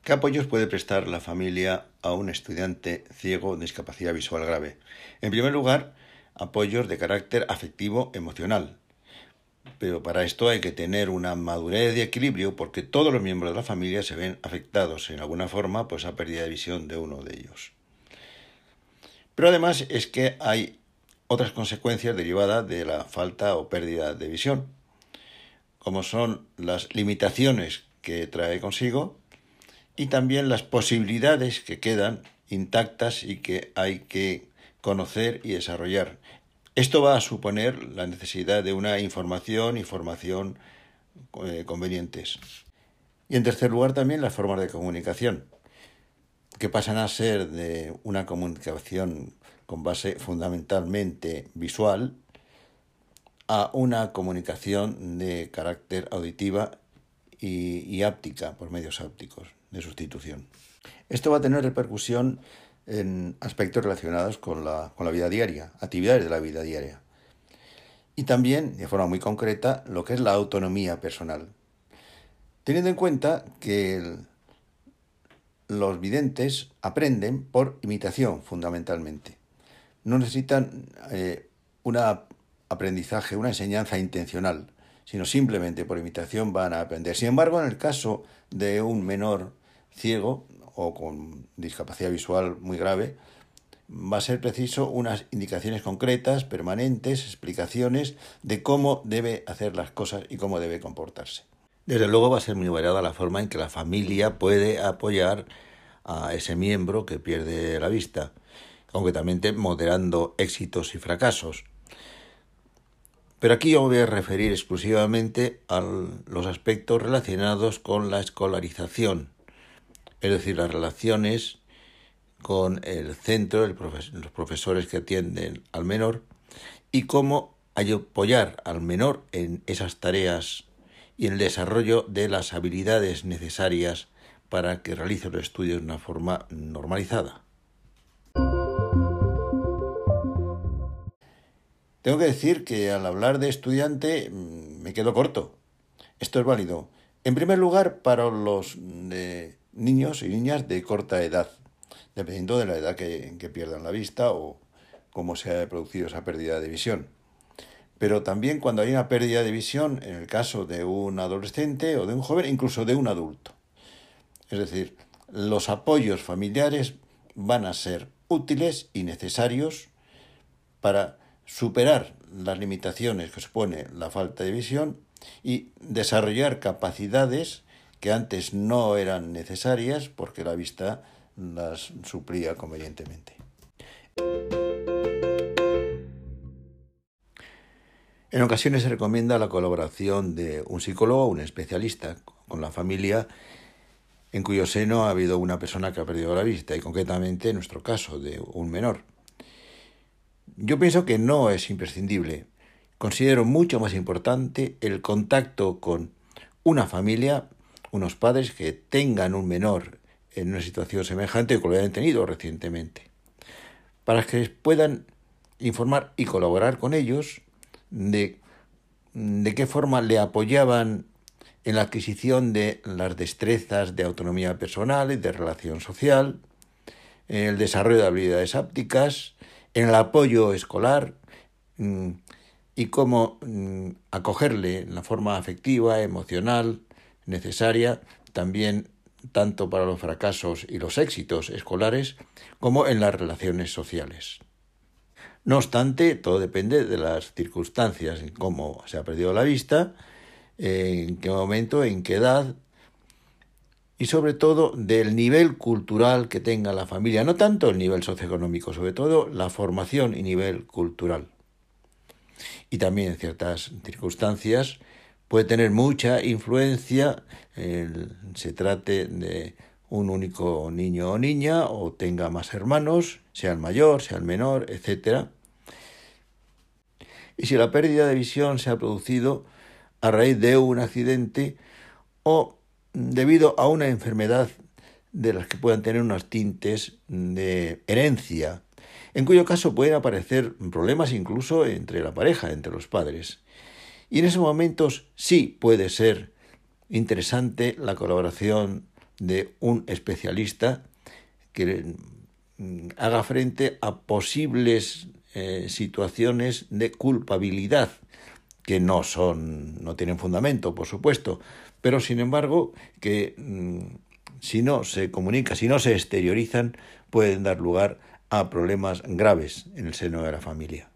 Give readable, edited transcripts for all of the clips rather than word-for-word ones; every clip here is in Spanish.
¿Qué apoyos puede prestar la familia a un estudiante ciego de discapacidad visual grave? En primer lugar, apoyos de carácter afectivo-emocional. Pero para esto hay que tener una madurez y equilibrio porque todos los miembros de la familia se ven afectados en alguna forma por esa pérdida de visión de uno de ellos. Pero además es que hay otras consecuencias derivadas de la falta o pérdida de visión, como son las limitaciones que trae consigo y también las posibilidades que quedan intactas y que hay que conocer y desarrollar. Esto va a suponer la necesidad de una información y formación convenientes. Y en tercer lugar también las formas de comunicación, que pasan a ser de una comunicación con base fundamentalmente visual a una comunicación de carácter auditiva y áptica por medios ápticos de sustitución. Esto va a tener repercusión en aspectos relacionados con la vida diaria, actividades de la vida diaria. Y también, de forma muy concreta, lo que es la autonomía personal. Teniendo en cuenta que los videntes aprenden por imitación, fundamentalmente. No necesitan un aprendizaje, una enseñanza intencional, sino simplemente por imitación van a aprender. Sin embargo, en el caso de un menor ciego o con discapacidad visual muy grave, va a ser preciso unas indicaciones concretas, permanentes, explicaciones de cómo debe hacer las cosas y cómo debe comportarse. Desde luego va a ser muy variada la forma en que la familia puede apoyar a ese miembro que pierde la vista, concretamente moderando éxitos y fracasos. Pero aquí yo me voy a referir exclusivamente a los aspectos relacionados con la escolarización, es decir, las relaciones con el centro, los profesores que atienden al menor, y cómo apoyar al menor en esas tareas y en el desarrollo de las habilidades necesarias para que realice los estudios de una forma normalizada. Tengo que decir que al hablar de estudiante me quedo corto. Esto es válido, en primer lugar, para los niños y niñas de corta edad, dependiendo de la edad que pierdan la vista o cómo se ha producido esa pérdida de visión. Pero también cuando hay una pérdida de visión, en el caso de un adolescente o de un joven, incluso de un adulto. Es decir, los apoyos familiares van a ser útiles y necesarios para superar las limitaciones que supone la falta de visión y desarrollar capacidades que antes no eran necesarias porque la vista las suplía convenientemente. En ocasiones se recomienda la colaboración de un psicólogo o un especialista con la familia en cuyo seno ha habido una persona que ha perdido la vista, y concretamente en nuestro caso de un menor. Yo pienso que no es imprescindible. Considero mucho más importante el contacto con una familia, unos padres que tengan un menor en una situación semejante o que lo hayan tenido recientemente, para que puedan informar y colaborar con ellos de qué forma le apoyaban en la adquisición de las destrezas de autonomía personal y de relación social, en el desarrollo de habilidades ápticas, en el apoyo escolar y cómo acogerle en la forma afectiva, emocional, necesaria, también tanto para los fracasos y los éxitos escolares como en las relaciones sociales. No obstante, todo depende de las circunstancias, en cómo se ha perdido la vista, en qué momento, en qué edad, y sobre todo del nivel cultural que tenga la familia, no tanto el nivel socioeconómico, sobre todo la formación y nivel cultural. Y también en ciertas circunstancias puede tener mucha influencia, se trate de un único niño o niña, o tenga más hermanos, sea el mayor, sea el menor, etc. Y si la pérdida de visión se ha producido a raíz de un accidente o debido a una enfermedad de las que puedan tener unos tintes de herencia, en cuyo caso pueden aparecer problemas incluso entre la pareja, entre los padres. Y en esos momentos sí puede ser interesante la colaboración de un especialista que haga frente a posibles situaciones de culpabilidad que no tienen fundamento, por supuesto, pero sin embargo que si no se comunica, si no se exteriorizan, pueden dar lugar a problemas graves en el seno de la familia.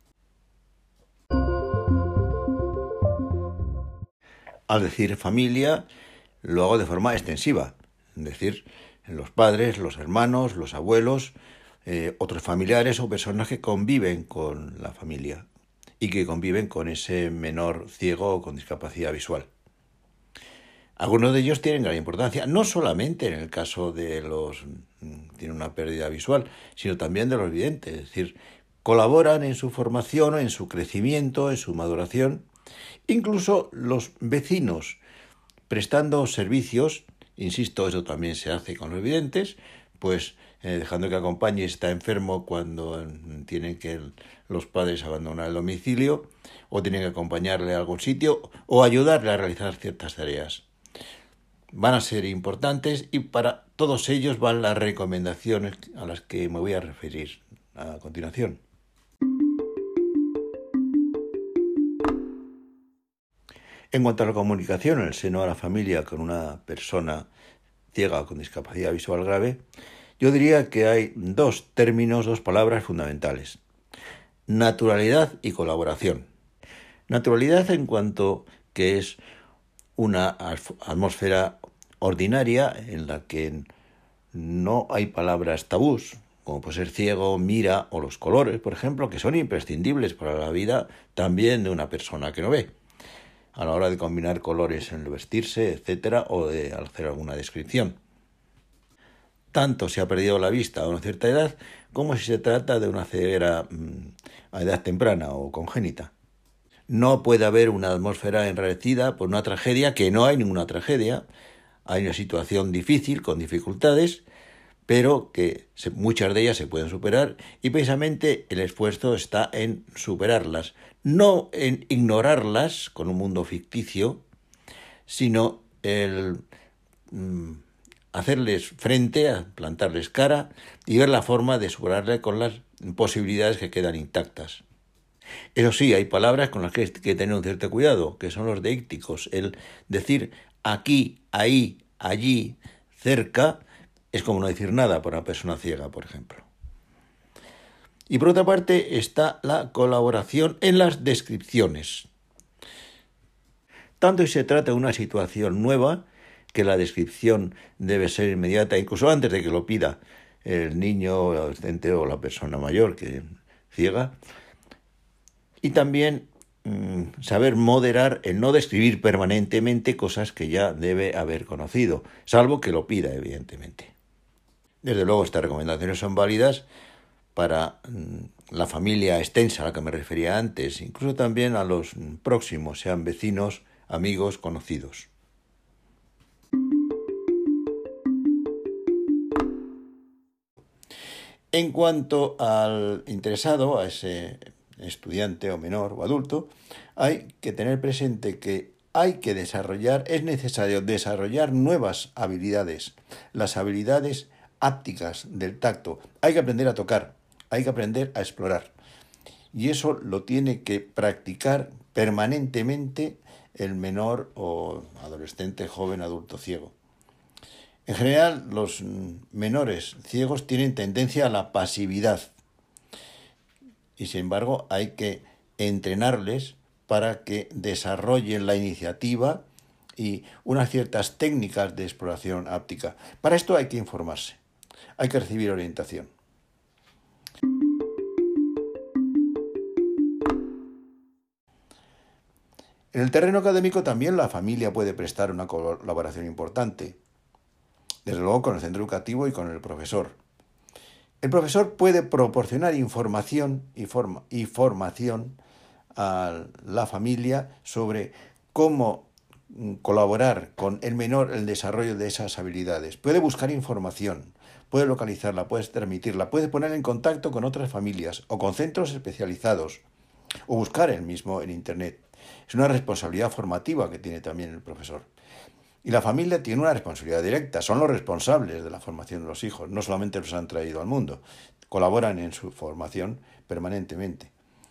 Al decir familia, lo hago de forma extensiva, es decir, los padres, los hermanos, los abuelos, otros familiares o personas que conviven con la familia y que conviven con ese menor ciego o con discapacidad visual. Algunos de ellos tienen gran importancia, no solamente en el caso de los que tienen una pérdida visual, sino también de los videntes, es decir, colaboran en su formación, en su crecimiento, en su maduración. Incluso los vecinos, prestando servicios, insisto, eso también se hace con los videntes, pues dejando que acompañe si está enfermo cuando tienen que los padres abandonar el domicilio, o tienen que acompañarle a algún sitio, o ayudarle a realizar ciertas tareas. Van a ser importantes y para todos ellos van las recomendaciones a las que me voy a referir a continuación. En cuanto a la comunicación en el seno de la familia con una persona ciega o con discapacidad visual grave, yo diría que hay dos palabras fundamentales: naturalidad y colaboración. Naturalidad en cuanto que es una atmósfera ordinaria en la que no hay palabras tabús, como puede ser ciego, mira o los colores, por ejemplo, que son imprescindibles para la vida también de una persona que no ve, a la hora de combinar colores en el vestirse, etcétera, o de hacer alguna descripción. Tanto se ha perdido la vista a una cierta edad como si se trata de una ceguera a edad temprana o congénita. No puede haber una atmósfera enrarecida por una tragedia, que no hay ninguna tragedia. Hay una situación difícil, con dificultades, pero que muchas de ellas se pueden superar y precisamente el esfuerzo está en superarlas, no en ignorarlas con un mundo ficticio, sino el hacerles frente, a plantarles cara y ver la forma de superarlas con las posibilidades que quedan intactas. Eso sí, hay palabras con las que hay que tener un cierto cuidado, que son los deícticos. El decir aquí, ahí, allí, cerca, es como no decir nada para una persona ciega, por ejemplo. Y por otra parte está la colaboración en las descripciones. Tanto si se trata de una situación nueva, que la descripción debe ser inmediata, incluso antes de que lo pida el niño, el adolescente o la persona mayor que ciega. Y también saber moderar el no describir permanentemente cosas que ya debe haber conocido, salvo que lo pida, evidentemente. Desde luego, estas recomendaciones son válidas para la familia extensa a la que me refería antes, incluso también a los próximos, sean vecinos, amigos, conocidos. En cuanto al interesado, a ese estudiante o menor o adulto, hay que tener presente que es necesario desarrollar nuevas habilidades, las habilidades ápticas del tacto. Hay que aprender a tocar, hay que aprender a explorar. Y eso lo tiene que practicar permanentemente el menor o adolescente, joven, adulto ciego. En general, los menores ciegos tienen tendencia a la pasividad. Y sin embargo, hay que entrenarles para que desarrollen la iniciativa y unas ciertas técnicas de exploración áptica. Para esto hay que informarse, hay que recibir orientación. En el terreno académico también la familia puede prestar una colaboración importante, desde luego con el centro educativo y con el profesor. El profesor puede proporcionar información y formación a la familia sobre cómo colaborar con el menor en el desarrollo de esas habilidades. Puede buscar información, puede localizarla, puede transmitirla, puede poner en contacto con otras familias o con centros especializados o buscar él mismo en Internet. Es una responsabilidad formativa que tiene también el profesor. Y la familia tiene una responsabilidad directa, son los responsables de la formación de los hijos, no solamente los han traído al mundo, colaboran en su formación permanentemente.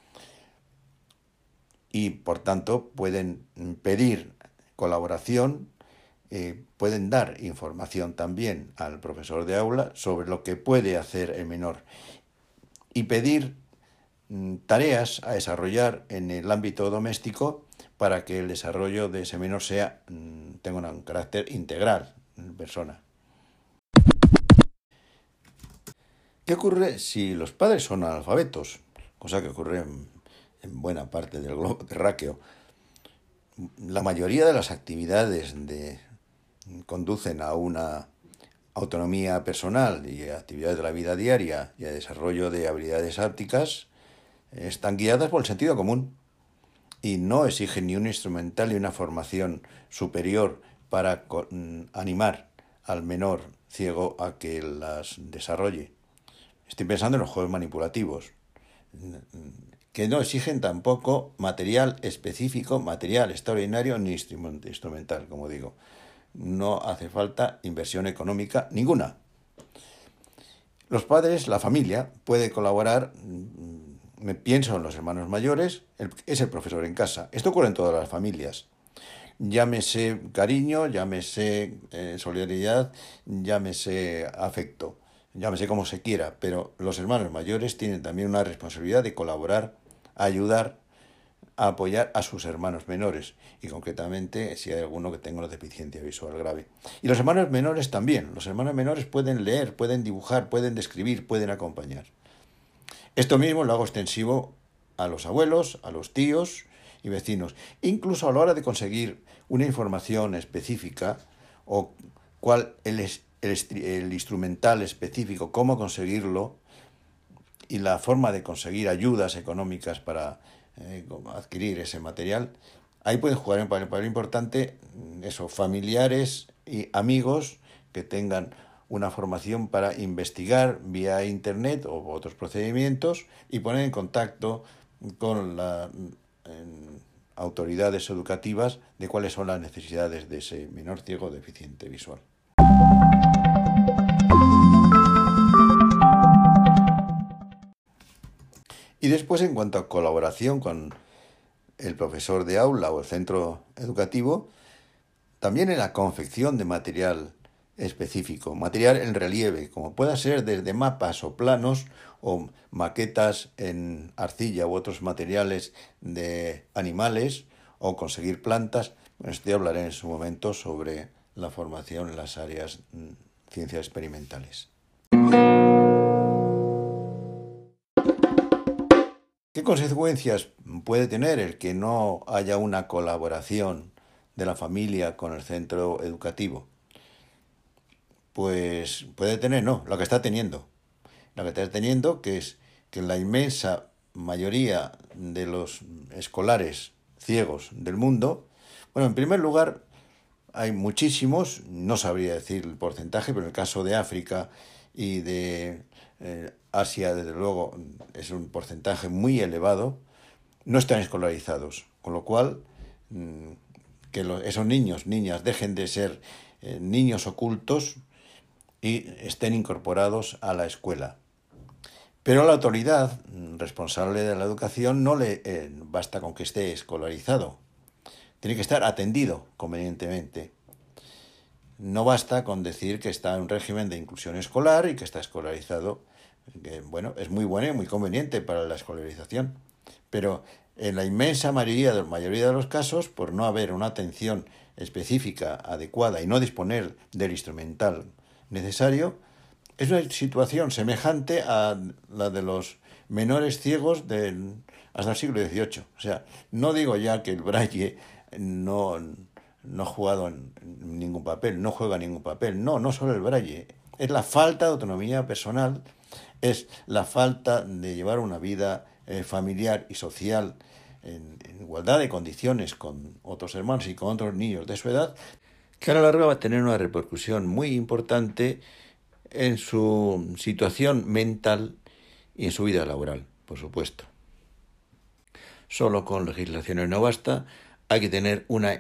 Y por tanto pueden pedir colaboración, pueden dar información también al profesor de aula sobre lo que puede hacer el menor y pedir tareas a desarrollar en el ámbito doméstico para que el desarrollo de ese menor tenga un carácter integral en persona. ¿Qué ocurre si los padres son analfabetos? Cosa que ocurre en buena parte del globo terráqueo. La mayoría de las actividades conducen a una autonomía personal y actividades de la vida diaria y a desarrollo de habilidades ápticas están guiadas por el sentido común y no exigen ni un instrumental ni una formación superior para animar al menor ciego a que las desarrolle. Estoy pensando en los juegos manipulativos, que no exigen tampoco material específico, material extraordinario ni instrumental, como digo. No hace falta inversión económica ninguna. Los padres, la familia, puede colaborar. Me pienso en los hermanos mayores, es el profesor en casa. Esto ocurre en todas las familias. Llámese cariño, llámese solidaridad, llámese afecto, llámese como se quiera, pero los hermanos mayores tienen también una responsabilidad de colaborar, ayudar, a apoyar a sus hermanos menores, y concretamente si hay alguno que tenga una deficiencia visual grave. Y los hermanos menores también. Los hermanos menores pueden leer, pueden dibujar, pueden describir, pueden acompañar. Esto mismo lo hago extensivo a los abuelos, a los tíos y vecinos. Incluso a la hora de conseguir una información específica o cuál el instrumental específico, cómo conseguirlo y la forma de conseguir ayudas económicas para adquirir ese material, ahí pueden jugar un papel importante familiares y amigos que tengan una formación para investigar vía internet o otros procedimientos y poner en contacto con las autoridades educativas de cuáles son las necesidades de ese menor ciego deficiente visual. Y después, en cuanto a colaboración con el profesor de aula o el centro educativo, también en la confección de material específico, material en relieve, como pueda ser desde mapas o planos o maquetas en arcilla u otros materiales de animales o conseguir plantas. Esto ya hablaré en su momento sobre la formación en las áreas ciencias experimentales. ¿Qué consecuencias puede tener el que no haya una colaboración de la familia con el centro educativo? Pues puede tener, lo que está teniendo. Lo que está teniendo, que es que la inmensa mayoría de los escolares ciegos del mundo, bueno, en primer lugar, hay muchísimos, no sabría decir el porcentaje, pero en el caso de África y de Asia, desde luego, es un porcentaje muy elevado, no están escolarizados, con lo cual que esos niños, niñas, dejen de ser niños ocultos y estén incorporados a la escuela. Pero a la autoridad responsable de la educación no le basta con que esté escolarizado, tiene que estar atendido convenientemente. No basta con decir que está en un régimen de inclusión escolar y que está escolarizado, que es muy bueno y muy conveniente para la escolarización, pero en la inmensa mayoría de los casos, por no haber una atención específica, adecuada y no disponer del instrumental necesario, es una situación semejante a la de los menores ciegos hasta el siglo XVIII. O sea, no digo ya que el braille no ha jugado ningún papel, no juega ningún papel. No solo el braille. Es la falta de autonomía personal, es la falta de llevar una vida familiar y social en igualdad de condiciones con otros hermanos y con otros niños de su edad, que a la larga va a tener una repercusión muy importante en su situación mental y en su vida laboral, por supuesto. Solo con legislaciones no basta, hay que tener una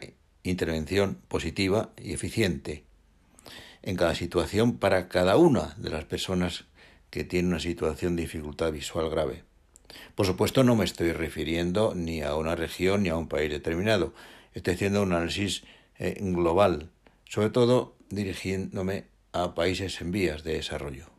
intervención positiva y eficiente en cada situación para cada una de las personas que tienen una situación de dificultad visual grave. Por supuesto, no me estoy refiriendo ni a una región ni a un país determinado. Estoy haciendo un análisis global, sobre todo dirigiéndome a países en vías de desarrollo.